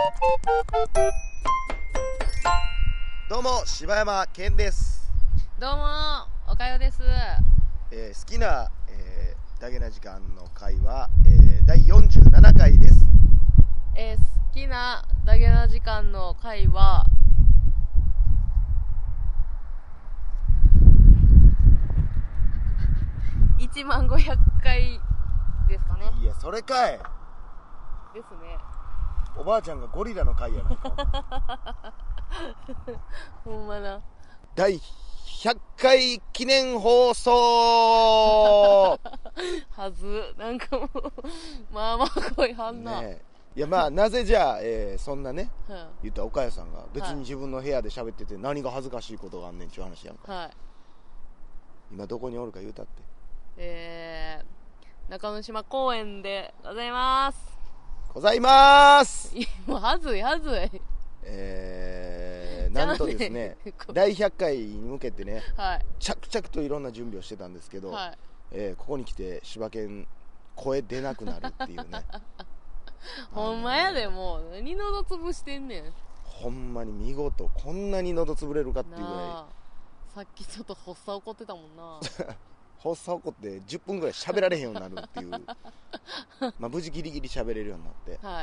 どうも柴山健です。 どうもおかよです。 好きな、ダゲな時間の回は、第47回です。 好きなダゲな時間の回は10500回ですかね。 いやそれかいですね。 おばあちゃんがゴリラの回やないかほんまな。 第100回記念放送はずなんかもうまあまあ声はんな、 ね。いやまあなぜじゃあ、そんなね、 うん、 言ったら岡谷さんが別に自分の部屋で喋ってて何が恥ずかしいことがあんねんっていう話やんか、 はい、 今どこにおるか言うたって。 中之島公園でございます。 ございます。 もうはずいなんとですね第100回に向けてね、 はい、 着々といろんな準備をしてたんですけど、 はい、 ここに来て柴犬声出なくなるっていうねほんまやで、もう何喉潰してんねん。 ほんまに見事こんなに喉潰れるかっていうぐらい。 さっきちょっと発作起こってたもんな発作起こって10分ぐらい喋られへんようになるっていうまあ無事ギリギリ喋れるようになって、 はい、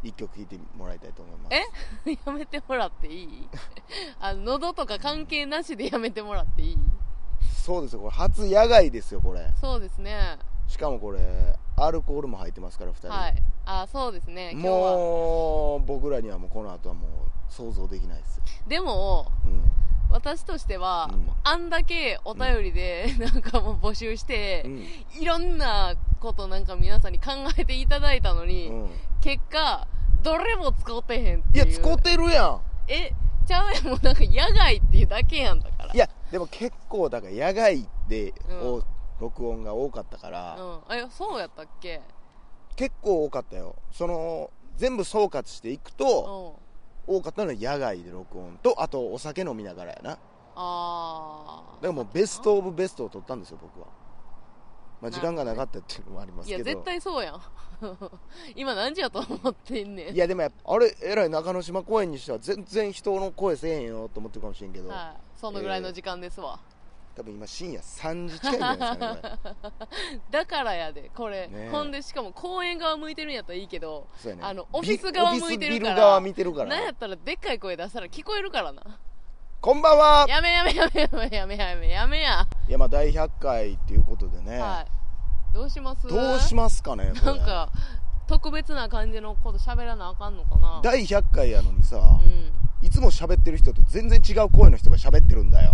一曲弾いてもらいたいと思います。 やめてもらっていい喉とか関係なしでやめてもらっていい？ そうですよ、これ初野外ですよこれ。 そうですね。 しかもこれアルコールも入ってますから2人。 はい、そうですね。今日はもう僕らにはもうこの後はもう想像できないですよ。 でも、私としては、あんだけお便りで、なんかもう募集して、いろんなことなんか皆さんに考えていただいたのに、結果どれも使ってへんっていう。 いや使ってるやん。 ちゃうやん、もうなんか野外っていうだけやんだから。 いやでも結構だから野外で、録音が多かったから、 そうやったっけ？ 結構多かったよ。その全部総括していくと、多かったのは野外で録音と、あとお酒飲みながらやな。だからもうベストオブベストを取ったんですよ僕は。まあ時間がなかったっていうのもありますけど。 いや絶対そうやん今何時やと思ってんねん。 いやでもやっぱあれえらい中之島公園にしては全然人の声せえへんよと思ってるかもしれんけど、 そのぐらいの時間ですわ。 多分今深夜3時近いんじゃないですかねこれだからやでこれ、ほんでしかも公園側向いてるんやったらいいけど、オフィス側向いてるから、 ビル側見てるから、 なんやったらでっかい声出したら聞こえるからな。 こんばんは。 やめや。 いやまあ第100回っていうことでね、 どうしますかね。 なんか特別な感じのこと喋らなあかんのかな。 第100回やのにさ、いつも喋ってる人と全然違う声の人が喋ってるんだよ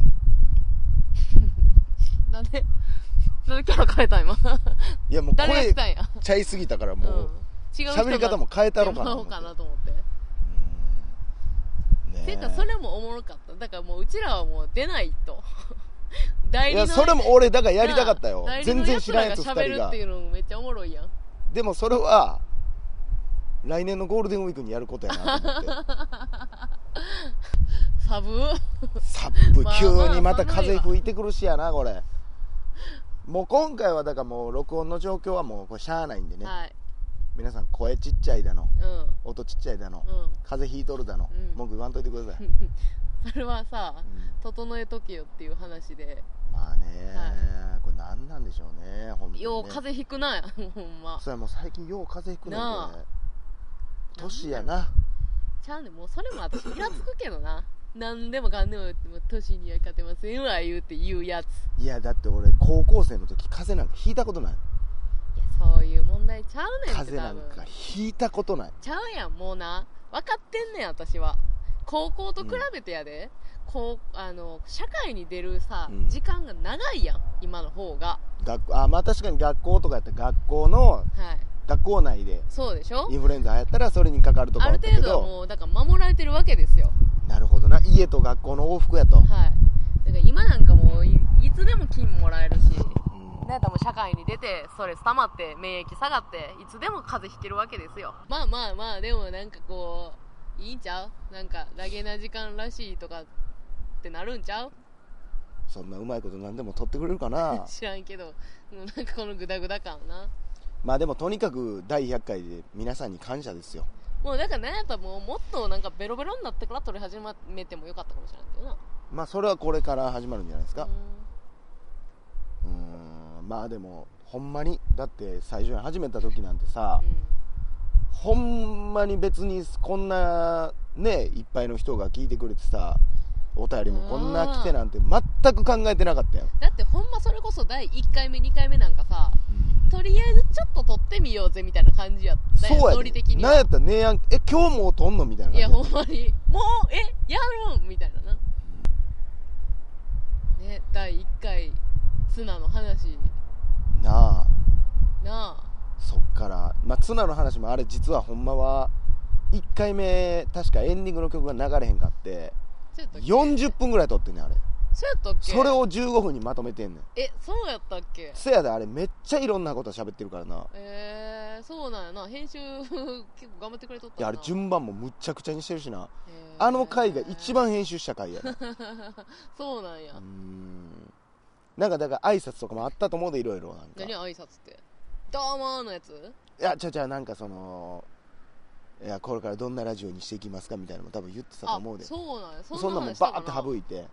なんでキャラ変えた今いやもう声ちゃいすぎたからもう、喋り方も変えたろかなと思って。 ていうかそれもおもろかった。だからもううちらはもう出ないといやそれも俺だからやりたかったよ。全然知らんやつ2人が喋るっていうのもめっちゃおもろいやん。 でもそれは来年のゴールデンウィークにやることやなと思ってサブ急にまた風吹いてくるしやなこれ。もう今回はだからもう録音の状況はもうこれしゃあないんでね、皆さん声ちっちゃいだの、音ちっちゃいだの、風邪ひいとるだの、文句言わんといてくださいそれはさ、整えとけよっていう話で。 まあね、これ何なんでしょうね本当にね。 よう風邪ひくなほんま。 それもう最近よう風邪ひくねんこれ。年やな。 ちゃうねん、もうそれも私イラつくけどな何でもかんでも年には勝てませんわ言うやつ。 いやだって俺高校生の時風邪なんかひいたことない。 いやそういう問題ちゃうねんって。 風邪なんかひいたことない。 ちゃうやん、もうな分かってんねん私は。高校と比べてやで、社会に出るさ、時間が長いやん今の方が。 まあ確かに学校とかやったら学校の、学校内でそうでしょ、 インフルエンザやったらそれにかかるとかあったけど、 ある程度はもうだから守られてるわけですよ。 なるほどな。家と学校の往復やと。 だから今なんかもう いつでも金もらえるし、だからもう社会に出てストレス溜まって免疫下がっていつでも風邪ひけるわけですよ。まあでもなんかこういいんちゃう、なんかダゲな時間らしいとかってなるんちゃう。 そんなうまいこと何でも取ってくれるかな知らんけど、もうなんかこのグダグダ感な。 まあでもとにかく第100回で皆さんに感謝ですよ。 もうだからなんやったらもっとなんかベロベロになってから撮り始めてもよかったかもしれないけどな。 まあそれはこれから始まるんじゃないですか。まあでもほんまにだって最初に始めた時なんてさ、ほんまに別にこんなねいっぱいの人が聞いてくれてさ、お便りもこんな来てなんて全く考えてなかったよ。 だってほんまそれこそ第1回目2回目なんかさ、とりあえずちょっと撮ってみようぜみたいな感じやったやん。 そうやノリ的にはなんやったらねえやん、今日もう撮んのみたいな感じ。 いやほんまにもうやろうみたいなな、ね、第1回ツナの話なあそっから、まあ、ツナの話もあれ実はほんまは1回目確かエンディングの曲が流れへんかって40分ぐらい撮ってんねんあれ。 そうやったっけ。 それを15分にまとめてんねん。 そうやったっけ。 せやで、あれめっちゃいろんなこと喋ってるからな。 そうなんやな。編集結構頑張ってくれとったな。 いやあれ順番もむっちゃくちゃにしてるしな。あの回が一番編集した回やなそうなんや。 なんかだから挨拶とかもあったと思うで、いろいろなんか。 何挨拶ってどうものやつ。 いやなんかそのいやこれからどんなラジオにしていきますかみたいなのも多分言ってたと思うで。 そうなんや。 そんなもんバーって省いて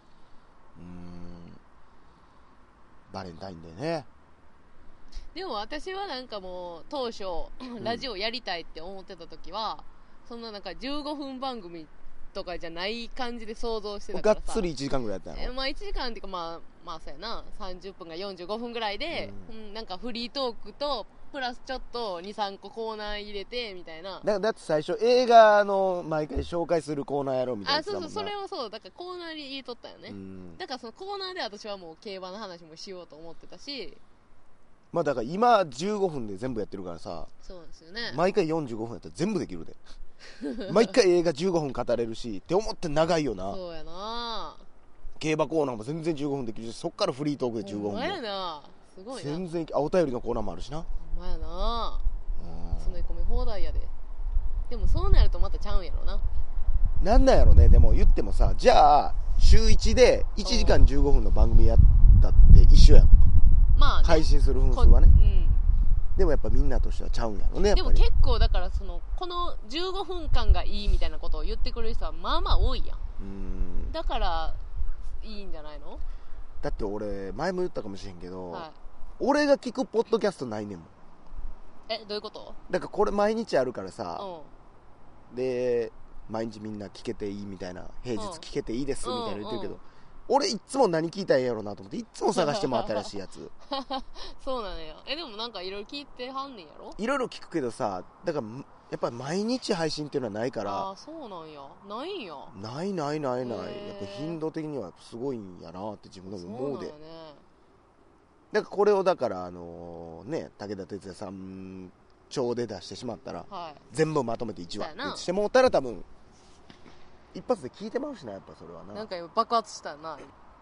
バレンタインデーね。 でも私はなんかもう当初ラジオやりたいって思ってた時は、そんななんか15分番組とかじゃない感じで想像してたからさ。 がっつり1時間ぐらいやったの。 まあ1時間っていうかまあそうやな、30分が45分ぐらいで、なんかフリートークとプラスちょっと 2,3 個コーナー入れてみたいな。 だって最初映画の毎回紹介するコーナーやろうみたいな。 そうそれをそうだからコーナーに入れとったよね。だからそのコーナーで私はもう競馬の話もしようと思ってたし、 まあだから今15分で全部やってるからさ。 そうですよね。 毎回45分やったら全部できるで毎回映画15分語れるしって思って長いよな。 そうやな。 競馬コーナーも全然15分できるし、そっからフリートークで15分も。 ほんまやな。すごいな。 全然お便りのコーナーもあるしな。 ほんまやな。詰め込み放題やで。でもそうなるとまたちゃうんやろな。 なんなんやろね。でも言ってもさ、じゃあ週1で1時間15分の番組やったって一緒やん。まあ、ね、配信する分数はね。でもやっぱみんなとしてはちゃうんやろね。やっぱりでも結構だからこの15分間がいいみたいなことを言ってくれる人はまあまあ多いやん。だからいいんじゃないの。 だって俺前も言ったかもしれんけど、俺が聞くポッドキャストないねんもん。 どういうこと。 だからこれ毎日あるからさ、で毎日みんな聞けていいみたいな、平日聞けていいですみたいな言ってるけど、俺いつも何聞いたらええやろなと思っていつも探しても新しいやつそうなのよ。でもなんかいろいろ聞いてはんねんやろ。 いろいろ聞くけどさ、だからやっぱり毎日配信っていうのはないから。 そうなんや。ないんや。 ないやっぱ頻度的にはすごいんやなって自分でも思うで。そうなんやね。だからこれをだからね、武田鉄矢さん調で出してしまったら、全部まとめて1話ってしてもうたら多分一発で聞いてまうしな。やっぱそれはな。 なんか今爆発したな。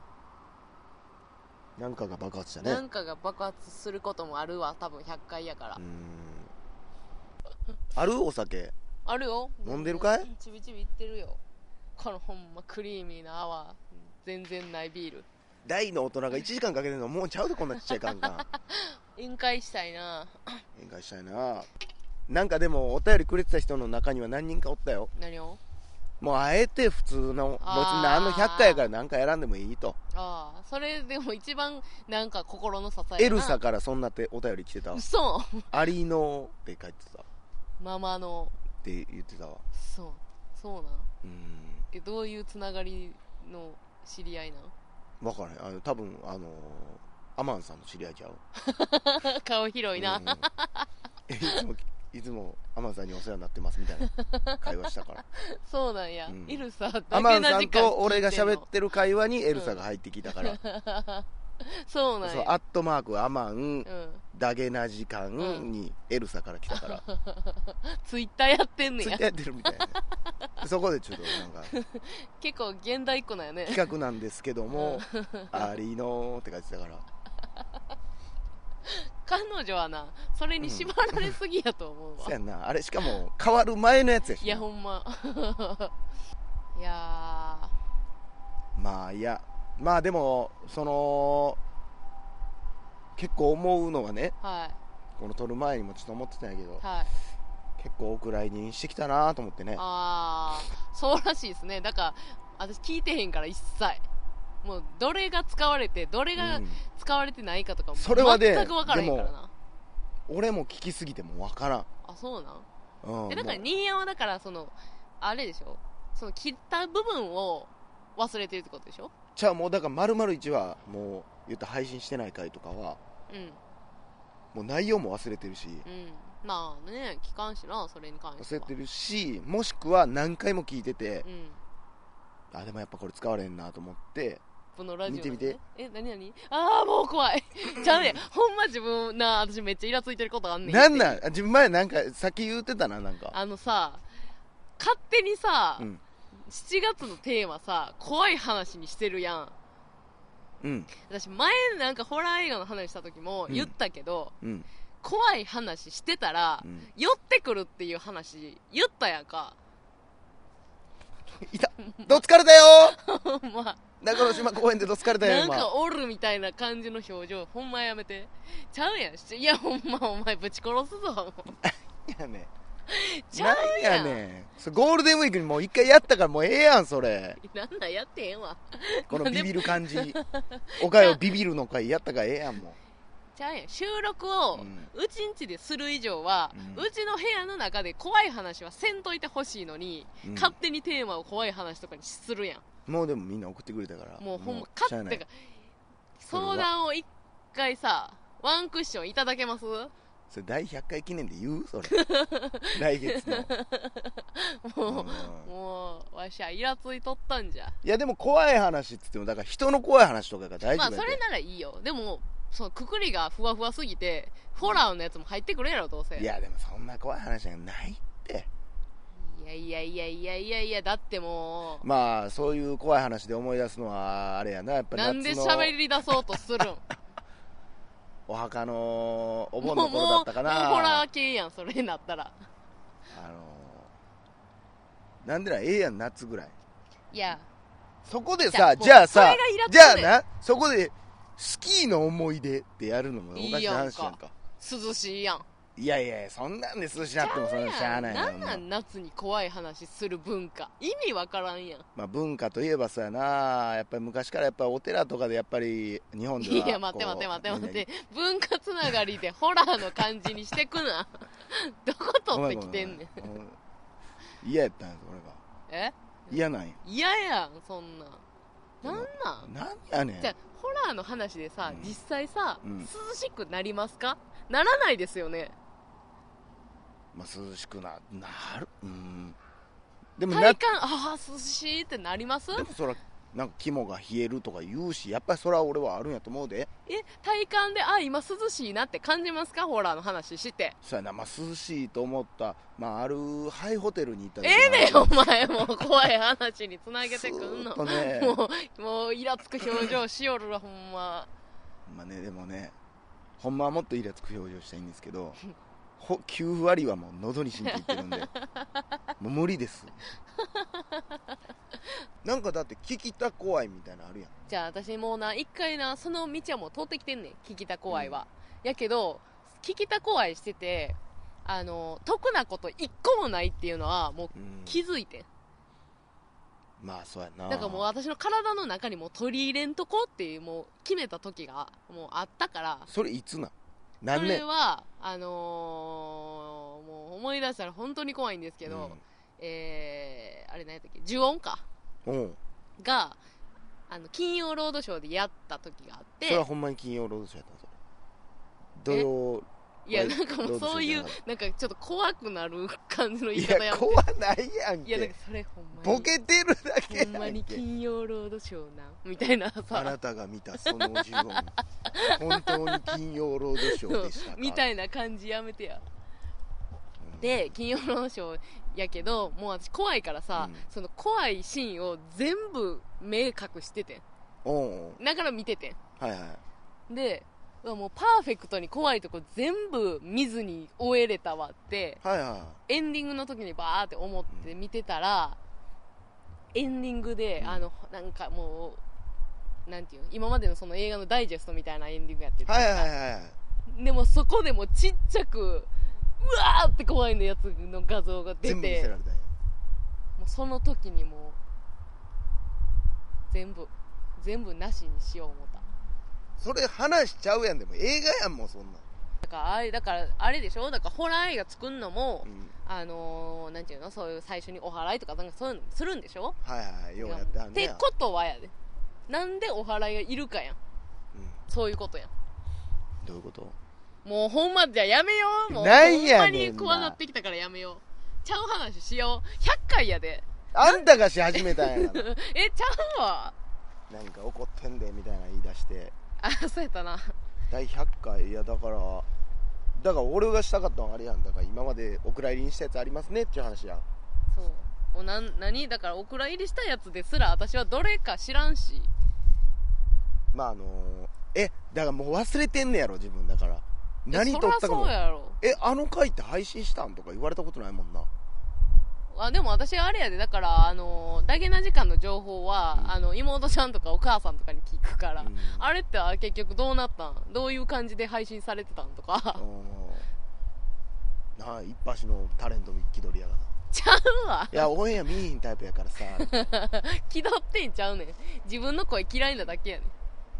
なんかが爆発したね。 なんかが爆発することもあるわ。多分100回やから。 あるお酒あるよ。 飲んでるかい。 ちびちびいってるよ。このほんまクリーミーな泡全然ないビール。 大の大人が1時間かけてるのもうちゃうで、こんなちっちゃいカンカン宴会したいな。 宴会したいな。なんかでもお便りくれてた人の中には何人かおったよ。 何を。 もうあえて普通の、別に100回やから何か選んでもいいと。 それでも一番なんか心の支え。 エルサからそんなってお便り来てたわ。 嘘。 アリのって書いてた。 ママのって言ってたわ。 そうなん。どういうつながりの知り合いなん。分からへん。多分アマンさんの知り合いちゃう顔広いな、 いつもアマンさんにお世話になってますみたいな会話したからそうなんや、エルサだけアマンさんと俺が喋ってる会話にエルサが入ってきたから、 そうなんや。 アットマークアマン、ダゲな時間にエルサから来たから、 ツイッターやってんねや。 ツイッターやってるみたいなそこでちょっとなんか結構現代っ子なんやね。 企画なんですけどもアリのって書いてたから彼女はな、それに縛られすぎやと思うわ。 そうやんな。あれしかも変わる前のやつやし。 いやほんまいやまあいや、まあでも結構思うのがね、この撮る前にもちょっと思ってたんやけど、結構お蔵入りにしてきたなと思ってね。 ああ、そうらしいですね。だから私聞いてへんから一切。もうどれが使われてどれが使われてないかとかも全く分からへんからな。 俺も聞きすぎても分からん。 あ、そうなん、だから新山はだからそのあれでしょ、その切った部分を忘れてるってことでしょ。 じゃあもうだから丸々1話もう言った配信してない回とかは、もう内容も忘れてるし、 まあね、聞かんしな、それに関しては忘れてるし、もしくは何回も聞いてて、あ、でもやっぱこれ使われんなと思ってこのラジオ、 見てみて。 何ああ、もう怖いちゃうねん、ほんま自分な、私めっちゃイラついてることあんねん。 なんなん、自分前なんかさっき言ってたな、なんかさ、勝手にさ、7月のテーマさ、怖い話にしてるやん。私前なんかホラー映画の話した時も言ったけど、怖い話してたら、寄ってくるっていう話言ったやんか。 いた、どつかれたよほんま中之島公園でどつかれたよ。 なんかおるみたいな感じの表情、ほんまやめて。ちゃうやん。いやほんまお前ぶち殺すぞもういやね、 ちゃうやん。 なんやねん、ゴールデンウィークにもう一回やったからもうええやん、それ。 なんなんやってへんわ。 このビビる感じおかよビビるの回やったからええやん。もうちゃうやん。収録をうちんちでする以上は、うちの部屋の中で怖い話はせんといてほしいのに、勝手にテーマを怖い話とかにするやん。 もうでもみんな送ってくれたから、 もうほんま勝手が相談を一回さ、ワンクッションいただけます？ それ第100回記念で言うそれ来月のもうわしはイラついとったんじゃ。 いやでも怖い話っつってもだから人の怖い話とかが大丈夫やまあそれならいいよ。でもそのくくりがふわふわすぎてホラーのやつも入ってくるやろどうせ。 いやでもそんな怖い話じゃないって。 いやだってもうまあそういう怖い話で思い出すのはあれやな、やっぱりなんで喋り出そうとするんお墓のお盆の頃だったかな。 もうホラー系やんそれになったら。 なんでな、ええやん夏ぐらい。 いやそこでさ、じゃあさ、じゃあな、そこでスキーの思い出ってやるのもおかしな話やんか。 涼しいやん。 いやいや、そんなんで涼しなってもそんなしゃあないやん。 なん夏に怖い話する文化意味わからんやん。 まあ文化といえばさやな、やっぱり昔からやっぱお寺とかでやっぱり日本では。 いや待って文化つながりでホラーの感じにしてくなどこ取ってきてんねん。 嫌やったんや俺が。嫌なんや。 嫌やんそんな。 なんやねん。 じゃあホラーの話でさ、実際さ、涼しくなりますか？ならないですよね。 まあ涼しくなる。でも体感涼しいってなります？ でもそらなんか肝が冷えるとか言うし、やっぱりそれは俺はあるんやと思うで。 体感で今涼しいなって感じますか？ホラーの話して。 そうやな、まあ涼しいと思った、まああるハイホテルに行った時ねお前もう怖い話につなげてくんの。 ね、 もうイラつく表情しよるわほんま。 まあね、でもね、ほんまはもっとイラつく表情したいんですけど9割はもう喉に染みていってるんでもう無理ですなんかだって聞きた怖いみたいなのあるやん。 じゃあ私もうな一回なその道はもう通ってきてんねん、聞きた怖いは。やけど聞きた怖いしてて得なこと一個もないっていうのはもう気づいてん。 まあそうやな。 だからもう私の体の中にも取り入れんとこっていうもう決めた時がもうあったから。 それいつな何年？ それはもう思い出したら本当に怖いんですけど、あれ何やったっけ、呪音かが金曜ロードショーでやった時があって。 それはほんまに金曜ロードショーやったの？それ土曜。 いやなんかもうそういうなんかちょっと怖くなる感じの言い方やめて。 いや怖ないやんけ。 いやなんかそれほんまにボケてるだけやんけ。 ほんまに金曜ロードショーなみたいなさ、 あなたが見たその呪音本当に金曜ロードショーでしたかみたいな感じやめてや。で金曜ロードショーやけどもう私怖いからさ、その怖いシーンを全部目隠しててん。だから見ててん。でもうパーフェクトに怖いとこ全部見ずに終えれたわって、エンディングの時にバーって思って見てたら、エンディングで、なんかもうなんていう今までのその映画のダイジェストみたいなエンディングやってて、でもそこでもちっちゃくわーって怖いのやつの画像が出て全部見せられたんや。 もうその時にもう全部なしにしよう思った。 それ話しちゃうやん。でも映画やん、もうそんなん。 だからあれでしょ、だからホラー映画作んのも、 うん、 なんていうの、そういう最初にお祓いとかなんかそういうのするんでしょ。 はいはい、ようやってはんねや。 ってことはやで、なんでお祓いがいるかやん、うん、そういうことやん。 どういうこと？ もうほんまじゃやめよう。もうなんやねんな。 ほんまに怖なってきたからやめよう。ちゃう話しよう。100回やで。 あんたがし始めたんやからちゃうわ。 なんか怒ってんでみたいな言い出して。 あ、そうやったな。 第100回。いやだから俺がしたかったのはあれやん。だから今までお蔵入りにしたやつありますねっていう話やん。 そう何だからお蔵入りしたやつですら私はどれか知らんし。 まあだからもう忘れてんねやろ自分。だから何撮ったかも。 そりゃそうやろ。 あの回って配信したんとか言われたことないもんな。 でも私あれやで、だからダゲな時間の情報は、うん、妹ちゃんとかお母さんとかに聞くから、うん、あれって結局どうなったん、どういう感じで配信されてたんとか。 一発のタレント気取りやがな。 ちゃうわ。 いやオンエア見えひんタイプやからさ気取ってんちゃうねん。自分の声嫌いなだけやねん。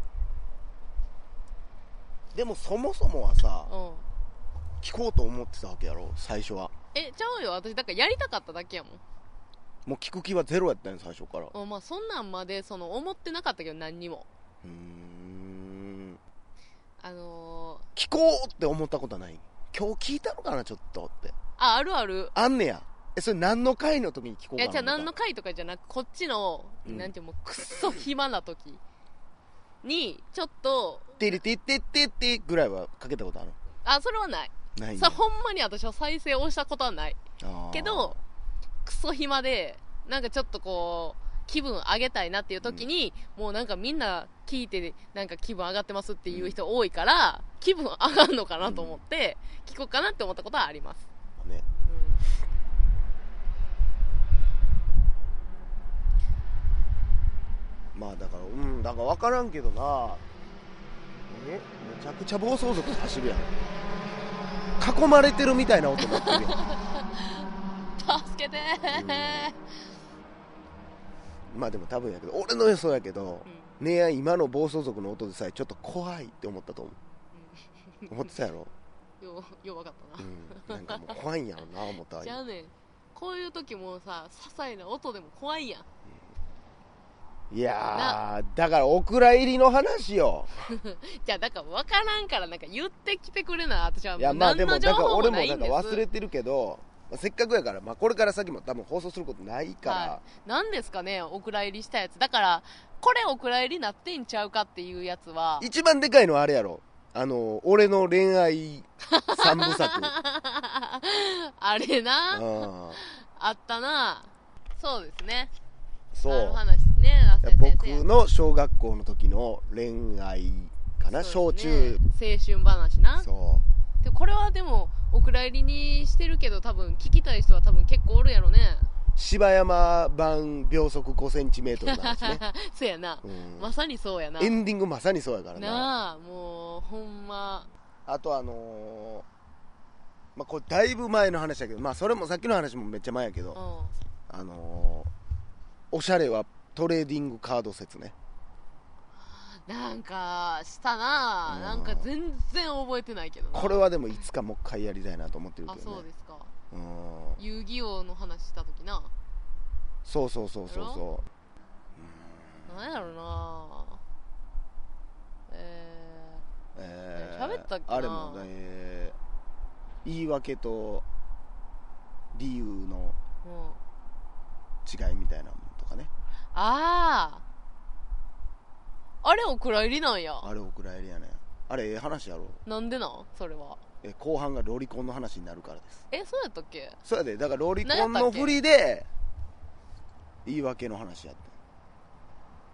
でもそもそもはさ、 うん、 聞こうと思ってたわけやろ最初は。 ちゃうよ、私だからやりたかっただけやもん。 もう聞く気はゼロやったん最初から。 まあそんなんまで思ってなかったけど何にも。 聞こうって思ったことはない？今日聞いたのかなちょっとって。 あるある。 あんねや。それ何の回の時に聞こうかな。 いやじゃあ何の回とかじゃなく、こっちの、なんていうもうくっそ暇な時にちょっとテレテテテテぐらいはかけたことある？ それはない。 ない。 ほんまに私は再生をしたことはないけど、クソ暇でなんかちょっとこう気分上げたいなっていう時に、もうなんかみんな聞いてなんか気分上がってますっていう人多いから、気分上がるのかなと思って聞こうかなって思ったことはありますね。 まあだからだから分からんけどな。めちゃくちゃ暴走族走るやん。囲まれてるみたいな音鳴ってるやん助けてまあでも多分やけど、俺の予想やけど、ねえ今の暴走族の音でさえちょっと怖いって思ったと思う、思ってたやろ。 よう分かったな、 なんかもう怖いんやろな思った。 じゃあね、こういう時もさ、些細な音でも怖いやん。 いやーだからお蔵入りの話よじゃあだから分からんからなんか言ってきてくれな。私はもういやまあでもだから俺もなんか忘れてるけど、せっかくやから、これから先も多分放送することないから、 なんですかねお蔵入りしたやつ。だからこれお蔵入りなってんちゃうかっていうやつは一番でかいのはあれやろ、俺の恋愛三部作あれな、あったな。そうですね。 そう話ね、 僕の小学校の時の恋愛かな、小中青春話な。 そうでこれはでもお蔵入りにしてるけど多分聞きたい人は多分結構おるやろね。 柴山版秒速5センチメートルの話ねそうやな、まさにそうやな。 エンディングまさにそうやからなあ、もうほんま。 あとこれだいぶ前の話だけど、それもさっきの話もめっちゃ前やけど、おしゃれはトレーディングカード説ね。 なんかしたな、なんか全然覚えてないけどな。 これはでもいつかもう一回やりたいなと思ってるけどね。 あ、そうですか。遊戯王の話した時な。 そうなんやろな。喋ったっけな。 あれも言い訳と理由の違いみたいなものとかね。 あれお蔵入りなんや。 あれお蔵入りやね。あれ話やろ。 なんでなんそれは。 後半がロリコンの話になるからです。 そうやったっけ。 そうやで。だからロリコンの振りで言い訳の話やって。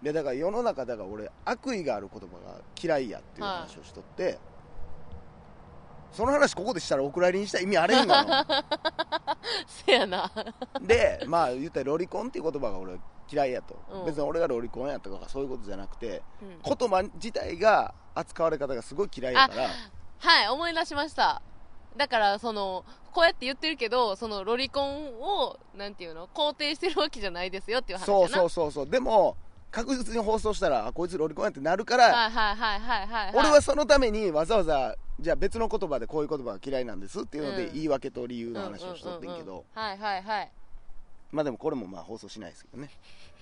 でだから世の中だから俺悪意がある言葉が嫌いやっていう話をしとって、その話ここでしたらお蔵入りにしたら意味あれへんがなせやなで言ったらロリコンっていう言葉が俺嫌いやと、別に俺がロリコンやとかそういうことじゃなくて、言葉自体が扱われ方がすごい嫌いやから。 はい、思い出しました。 だからこうやって言ってるけどそのロリコンをなんていうの肯定してるわけじゃないですよっていう話やな。 そうでも確実に放送したらこいつロリコンやってなるから、俺はそのためにわざわざじゃあ別の言葉でこういう言葉が嫌いなんですっていうので言い訳と理由の話をしとってんけど、まあでもこれもまあ放送しないですけどね。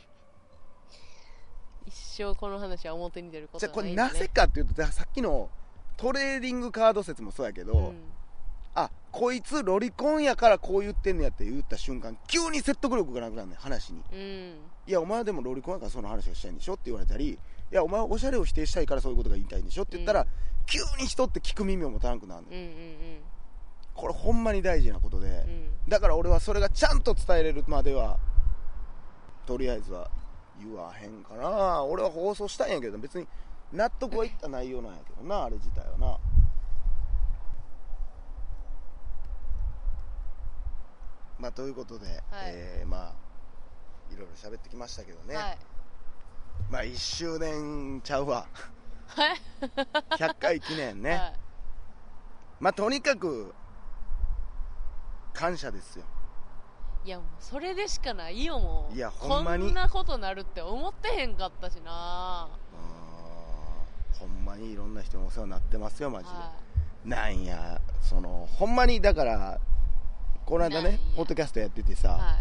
一生この話は表に出ることはないんで、ね、 じゃあこれなぜかっていうとさっきのトレーディングカード説もそうやけど、あ、こいつロリコンやからこう言ってんねやって言った瞬間急に説得力がなくなるねん話に、いやお前はでもロリコンやからその話をしたいんでしょって言われたり、いやお前はおしゃれを否定したいからそういうことが言いたいんでしょって言ったら、急に人って聞く耳を持たなくなるねん、これほんまに大事なことで、だから俺はそれがちゃんと伝えれるまではとりあえずは言わへんかな。俺は放送したいんやけど別に納得はいった内容なんやけどな、あれ自体はな。まあということで、まあいろいろ喋ってきましたけどね、まあ1周年ちゃうわ100回記念ね、まあとにかく感謝ですよ。 いやもうそれでしかないよ。もういやほんまにこんなことなるって思ってへんかったしな。 ほんまにいろんな人にお世話になってますよマジで、なんやほんまにだからこの間ねポッドキャストやっててさ、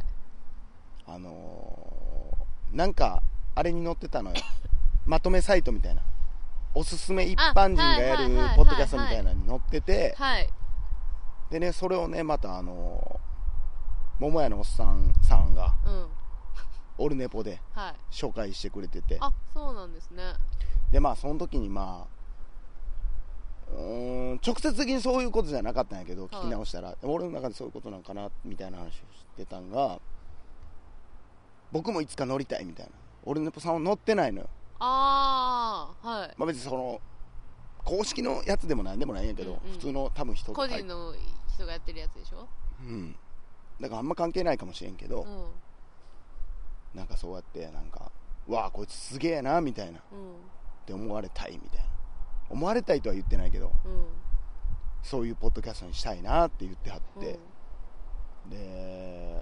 なんかあれに載ってたのよまとめサイトみたいなおすすめ一般人がやるポッドキャストみたいなのに載ってて、でねそれをねまた桃屋のおっさんさんが、オルネポで紹介してくれてて、 あ、そうなんですね。 でまあその時にまあ直接的にそういうことじゃなかったんやけど、聞き直したら俺の中でそういうことなんかなみたいな話をしてたんが、僕もいつか乗りたいみたいな、オルネポさんは乗ってないのよ。まあ別に公式のやつでもなんでもないんやけど、普通の多分人個人の人がやってるやつでしょ。 だからあんま関係ないかもしれんけど、なんかそうやってなんかわあこいつすげえなみたいな、って思われたいみたいな、思われたいとは言ってないけど、そういうポッドキャストにしたいなって言ってはって、で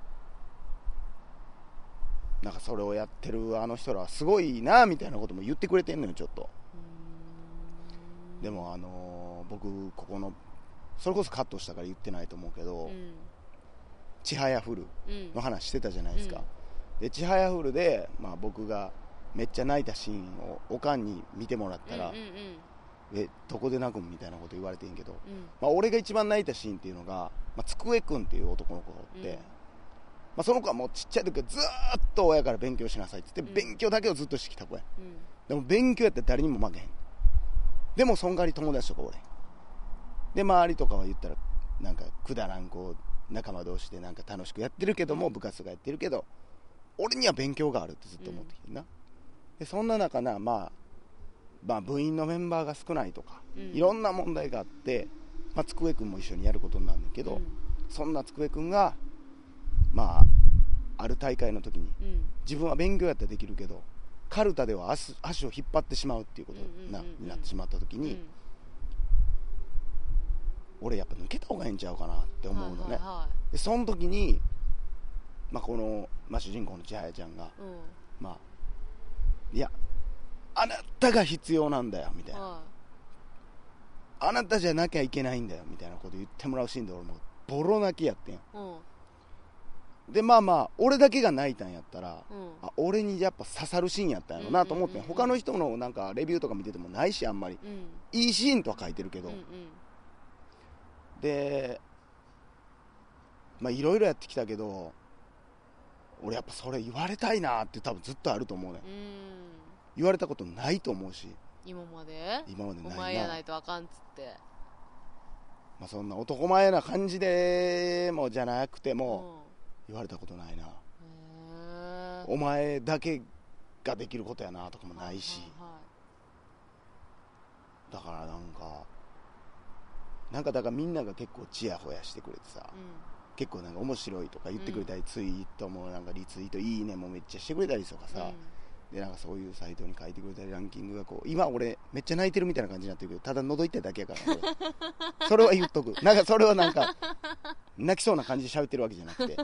なんかそれをやってるあの人らはすごいなみたいなことも言ってくれてんのよちょっと。でも僕ここのそれこそカットしたから言ってないと思うけど、ちはやふるの話してたじゃないですか、でちはやふるで、まあ、僕がめっちゃ泣いたシーンをおかんに見てもらったら、どこで泣くんみたいなこと言われてんけど、まあ、俺が一番泣いたシーンっていうのが、まあ、つくえくんっていう男の子がおって、まあ、その子はもうちっちゃい時からずーっと親から勉強しなさいって言って、勉強だけをずっとしてきた子や、でも勉強やったら誰にも負けへん。でもそん代わり友達とかおれんで、周りとかは言ったらなんかくだらんこう仲間同士でなんか楽しくやってるけども、部活とかやってるけど俺には勉強があるってずっと思ってきてな、でそんな中な、まあ部員のメンバーが少ないとか、いろんな問題があって、まあ、つくえくんも一緒にやることになるんだけど、そんなつくえくんがまあある大会の時に、自分は勉強やったらできるけどカルタでは足を引っ張ってしまうっていうことになってしまった時に、俺やっぱ抜けた方がいいんちゃうかなって思うのね、でその時に、まあ、この、まあ、主人公の千早ちゃんが、まあいやあなたが必要なんだよみたいな、あなたじゃなきゃいけないんだよみたいなこと言ってもらうシーンで俺もボロ泣きやってん、でまあ俺だけが泣いたんやったら、あ俺にやっぱ刺さるシーンやったんやろなと思って、他の人のなんかレビューとか見ててもないしあんまり、いいシーンとは書いてるけど、でまあいろいろやってきたけど俺やっぱそれ言われたいなって多分ずっとあると思うね、言われたことないと思うし、 今までないな、 お前やないとあかんっつって、 まあ、そんな男前な感じでもじゃなくても、言われたことないな、お前だけができることやなとかもないし、だからなんかだからみんなが結構チヤホヤしてくれてさ、結構なんか面白いとか言ってくれたり、ツイートもなんかリツイートいいねもめっちゃしてくれたりとかさ、 でなんかそういうサイトに書いてくれたりランキングがこう今俺めっちゃ泣いてるみたいな感じになってるけどただ喉痛いだけやから俺それは言っとくなんかそれはなんか泣きそうな感じで喋ってるわけじゃなくて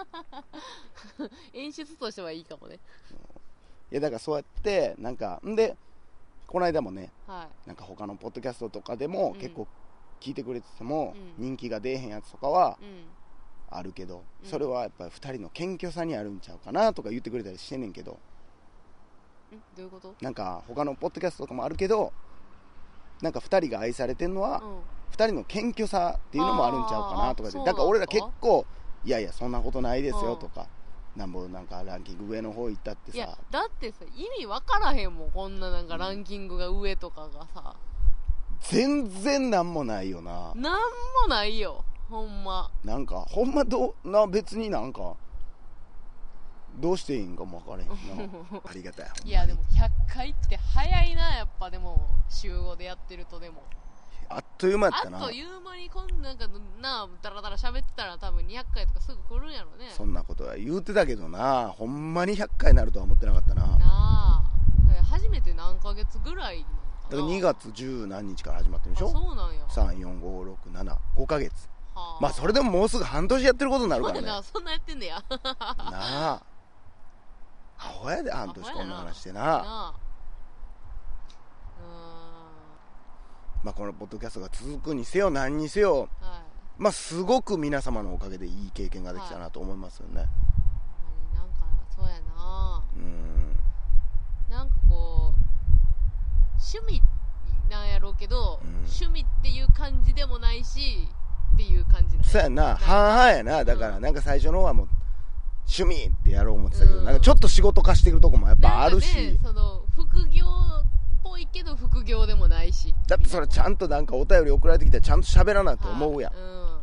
演出としてはいいかもね。 いやだからそうやってなんかんでこの間もね、 はい、 なんか他のポッドキャストとかでも結構聞いてくれてても、 うん、 人気が出えへんやつとかはうんあるけど、それはやっぱり2人の謙虚さにあるんちゃうかなとか言ってくれたりしてんねんけど、 どういうこと？ なんか他のポッドキャストとかもあるけどなんか2人が愛されてんのは、2人の謙虚さっていうのもあるんちゃうかなとかで、だから俺ら結構いやいやそんなことないですよとか、なんぼなんかランキング上の方行ったってさ、 いやだってさ意味分からへんもんこんななんかランキングが上とかがさ、 全然なんもないよな。 なんもないよほんま。 なんかほんま別になんかどうしていいんかも分からへんなありがたい。 いやでも100回って早いなやっぱ。でも週5でやってるとでもあっという間やったな。 あっという間にこんなんかなダラダラ喋ってたら多分200回とかすぐ来るんやろね。 そんなことは言うてたけどな、ほんまに100回になるとは思ってなかったな。 なあ初めて何ヶ月ぐらいだから2月10何日から始まってるでしょ。 そうなんや。 34567 5ヶ月、はあ、まあそれでももうすぐ半年やってることになるからね。 そんなやってんねやなあアホやで半年こんな話してな。まあこのポッドキャストが続くにせよ何にせよ、はい、まあすごく皆様のおかげでいい経験ができたなと思いますよね、はい、 なんかそうやな。なんかこう趣味なんやろうけど、趣味っていう感じでもないしっていう感じなんや。 そうやな、半々やな。だからなんか最初の方はもう趣味ってやろう思ってたけど、なんかちょっと仕事化してるとこもやっぱあるし、 ね、その副業っぽいけど副業でもないし、 だってそれちゃんとなんかお便り送られてきたらちゃんと喋らなと思うやん、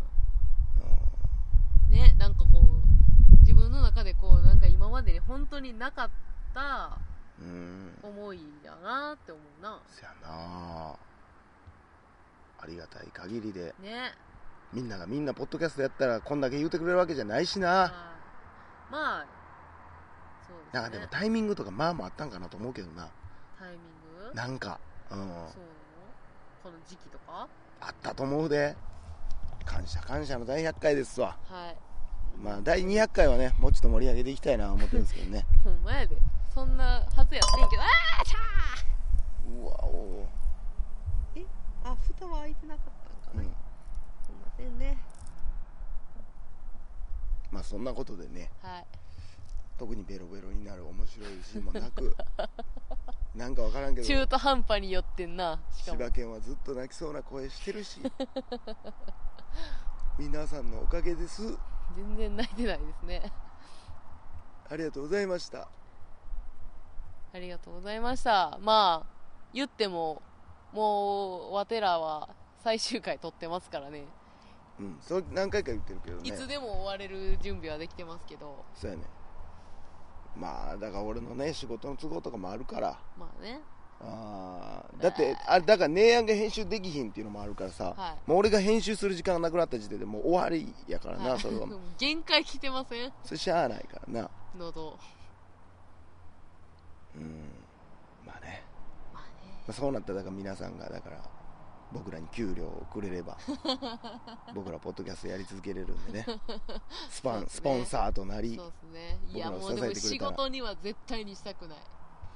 ね。なんかこう自分の中でこうなんか今までに本当になかった思いだなって思うな。 そやなありがたい限りで、 ね、 みんながみんなポッドキャストやったらこんだけ言うてくれるわけじゃないしな。 まあそうですね。 なんかでもタイミングとかまあもあったんかなと思うけどな。 タイミングなんかそうなのこの時期とかあったと思うで。感謝の第100回ですわ。 はい。 まあ第200回はねもうちょっと盛り上げていきたいなと思ってるんですけどねほんまやでそんなはずやってんけど、ちゃーうわお蓋は開いてなかったんかな、すいませんね。 まあそんなことでね、 はい、 特にベロベロになる面白いシーンもなくなんか分からんけど中途半端に寄ってんな。 柴犬はずっと泣きそうな声してるし皆さんのおかげです。 全然泣いてないですね。 ありがとうございました。 ありがとうございました。まあ言ってももうわてらは最終回撮ってますからね。 それ何回か言ってるけどね、 いつでも終われる準備はできてますけど。 そうやね。まあだから俺のね仕事の都合とかもあるから、 まあね、 だってあれだから姉やんが編集できひんっていうのもあるからさ、 はい、 もう俺が編集する時間がなくなった時点でもう終わりやからな、はい、それは限界来てません？ それしゃあないからな。 喉まあね、まあ、そうなったらだから皆さんがだから僕らに給料をくれれば僕らポッドキャストやり続けれるんでねスポンサーとなり、 そうですね。いやもうでも仕事には絶対にしたくない。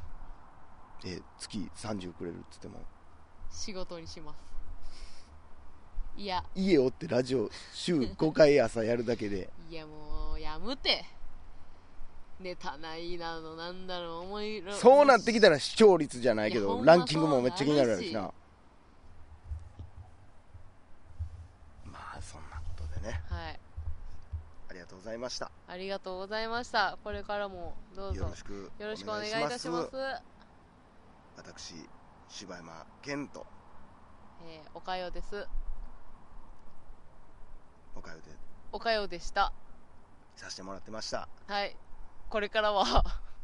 月30くれるって言っても仕事にします。いや家おってラジオ週5回朝やるだけでいやもうやむてネタないなのなんだろう思いそうなってきたら視聴率じゃないけどランキングもめっちゃ気になるやろしな。まあそんなことでね、 はい、 ありがとうございました。 ありがとうございました。これからもどうぞよろしくお願いいたします。 私柴山健と、 おかよです。 おかよでしたさせてもらってました。 はい、これからは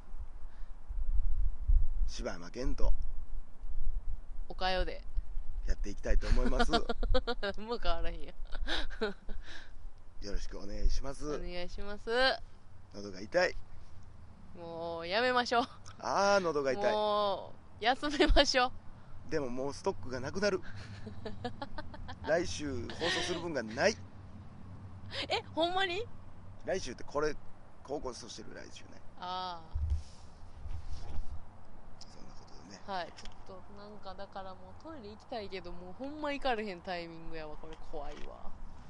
柴山健とおかよでやっていきたいと思いますもう変わらへんやよろしくお願いします。 お願いします。 喉が痛いもうやめましょう。 喉が痛い。 もう休めましょう。 でももうストックがなくなる。来週放送する分がない。 ほんまに？ 来週ってこれ高校としてる来週ね。 ああ、 そんなことでね。 はい。ちょっとなんかだからもうトイレ行きたいけど、もうほんま行かれへんタイミングやわ。これ怖いわ。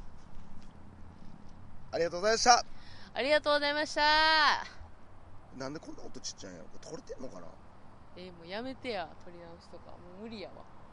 ありがとうございました。 ありがとうございました。 なんでこんな音ちっちゃいんやろ。これ取れてんのかな。 もうやめてや、撮り直しとかもう無理やわ。